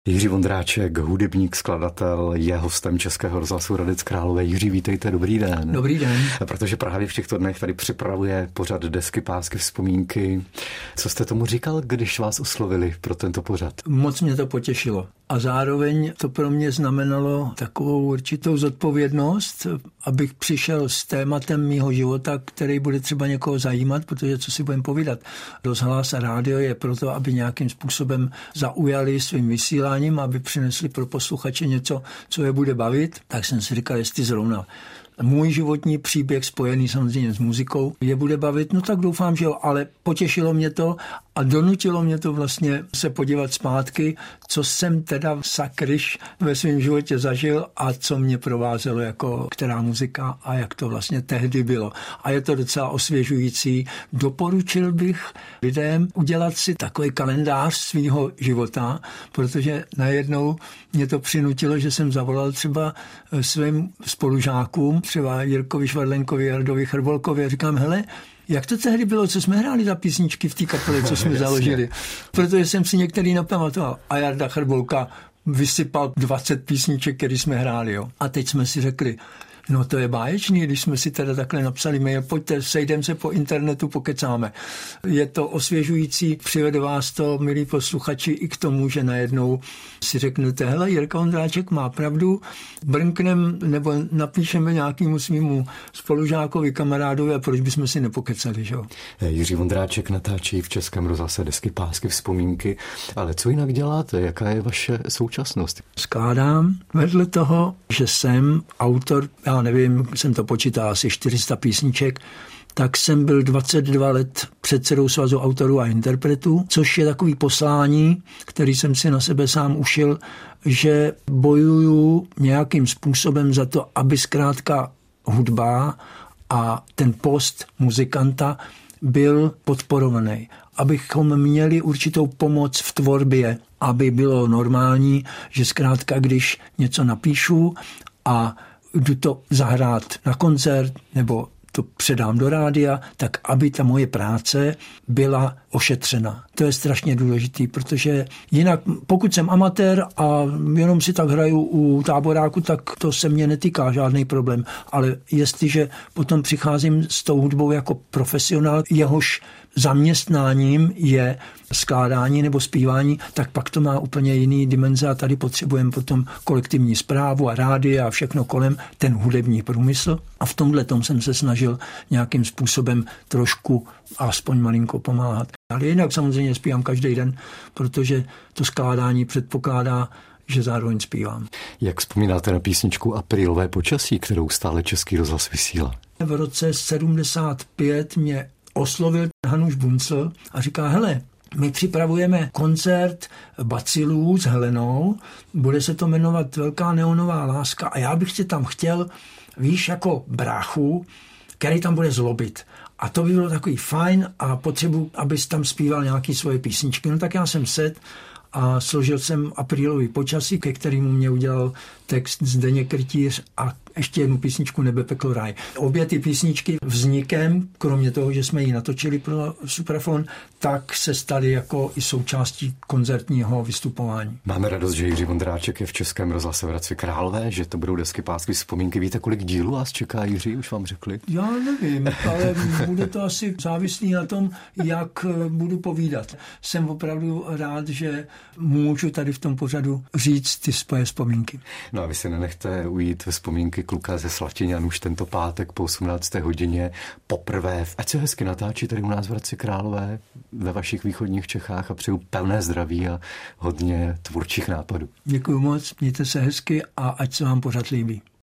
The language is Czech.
Jiří Vondráček, hudebník, skladatel, je hostem Českého rozhlasu Hradec Králové. Jiří, vítejte, dobrý den. Dobrý den. Protože právě v těchto dnech tady připravuje pořad Desky, pásky, vzpomínky. Co jste tomu říkal, když vás oslovili pro tento pořad? Moc mě to potěšilo. A zároveň to pro mě znamenalo takovou určitou zodpovědnost, abych přišel s tématem mýho života, který bude třeba někoho zajímat, protože co si budeme povídat. Rozhlas a rádio je proto, aby nějakým způsobem zaujali svým vysíláním, aby přinesli pro posluchače něco, co je bude bavit. Tak jsem si říkal, jestli zrovna můj životní příběh spojený samozřejmě s muzikou je bude bavit, no tak doufám, že jo, ale potěšilo mě to a donutilo mě to vlastně se podívat zpátky, co jsem teda sakryš ve svém životě zažil a co mě provázelo jako která muzika a jak to vlastně tehdy bylo. A je to docela osvěžující. Doporučil bych lidem udělat si takový kalendář svýho života, protože najednou mě to přinutilo, že jsem zavolal třeba svým spolužákům, třeba Jirkovi Švadlenkovi, Jardovi Chrbolkovi a říkám, hele, jak to tehdy bylo, co jsme hráli za písničky v té kapele, co jsme založili? Protože jsem si některý napamatoval. A Jarda Chrbolka vysypal 20 písniček, které jsme hráli. Jo. A teď jsme si řekli, no to je báječný, když jsme si teda takhle napsali mail, pojďte, sejdeme se po internetu, pokecáme. Je to osvěžující, přivede vás to, milí posluchači, i k tomu, že najednou si řeknete, hele, Jirka Vondráček má pravdu, brnknem nebo napíšeme nějakému svýmu spolužákovi, kamarádovi a proč bychom si nepokecali, že jo? Jiří Vondráček natáčí v Českém rozhlase Desky, pásky, vzpomínky, ale co jinak děláte? Jaká je vaše současnost? Skládám vedle toho, že jsem autor, já nevím, jsem to počítal, asi 400 písniček, tak jsem byl 22 let předsedou Svazu autorů a interpretů, což je takový poslání, který jsem si na sebe sám ušil, že bojuju nějakým způsobem za to, aby zkrátka hudba a ten post muzikanta byl podporovaný. Abychom měli určitou pomoc v tvorbě, aby bylo normální, že zkrátka, když něco napíšu a jdu to zahrát na koncert nebo to předám do rádia, tak aby ta moje práce byla ošetřena. To je strašně důležitý, protože jinak, pokud jsem amatér a jenom si tak hraju u táboráku, tak to se mě netýká žádný problém. Ale jestliže potom přicházím s tou hudbou jako profesionál, jehož zaměstnáním je skládání nebo zpívání, tak pak to má úplně jiný dimenze a tady potřebujeme potom kolektivní správu a rádio a všechno kolem, ten hudební průmysl. A v tomhle tom jsem se snažil nějakým způsobem trošku aspoň malinko pomáhat. Ale jinak samozřejmě zpívám každý den, protože to skládání předpokládá, že zároveň zpívám. Jak vzpomínáte na písničku Aprílové počasí, kterou stále Český rozhlas vysílá? V roce 75 mě oslovil Hanuš Buncl a říká, hele, my připravujeme koncert Bacilů s Helenou, bude se to jmenovat Velká neonová láska a já bych tě tam chtěl, víš, jako bráchu, který tam bude zlobit. A to by bylo takový fajn a potřebuji, abys tam zpíval nějaké svoje písničky. No tak já jsem set a složil jsem Aprílový počasí, ke kterému mě udělal text Zdeněk Rytíř a ještě jednu písničku Nebe, peklo, ráj. Obě ty písničky vznikem, kromě toho, že jsme ji natočili pro Suprafon, tak se staly jako i součástí koncertního vystupování. Máme radost, že Jiří Vondráček je v Českém rozhlase v Hradci Králové, že to budou desky, pásky, vzpomínky. Víte, kolik dílů vás čeká, Jiří, už vám řekli? Já nevím, ale bude to asi závislý na tom, jak budu povídat. Jsem opravdu rád, že můžu tady v tom pořadu říct ty svoje vzpomínky. No a vy se nenechte ujít ve vzpomínky kluka ze Slatiňan už tento pátek po 18. hodině poprvé. Ať se hezky natáčí tady u nás v Hradci Králové, ve vašich východních Čechách a přeju pevné zdraví a hodně tvůrčích nápadů. Děkuji moc, mějte se hezky a ať se vám pořad líbí.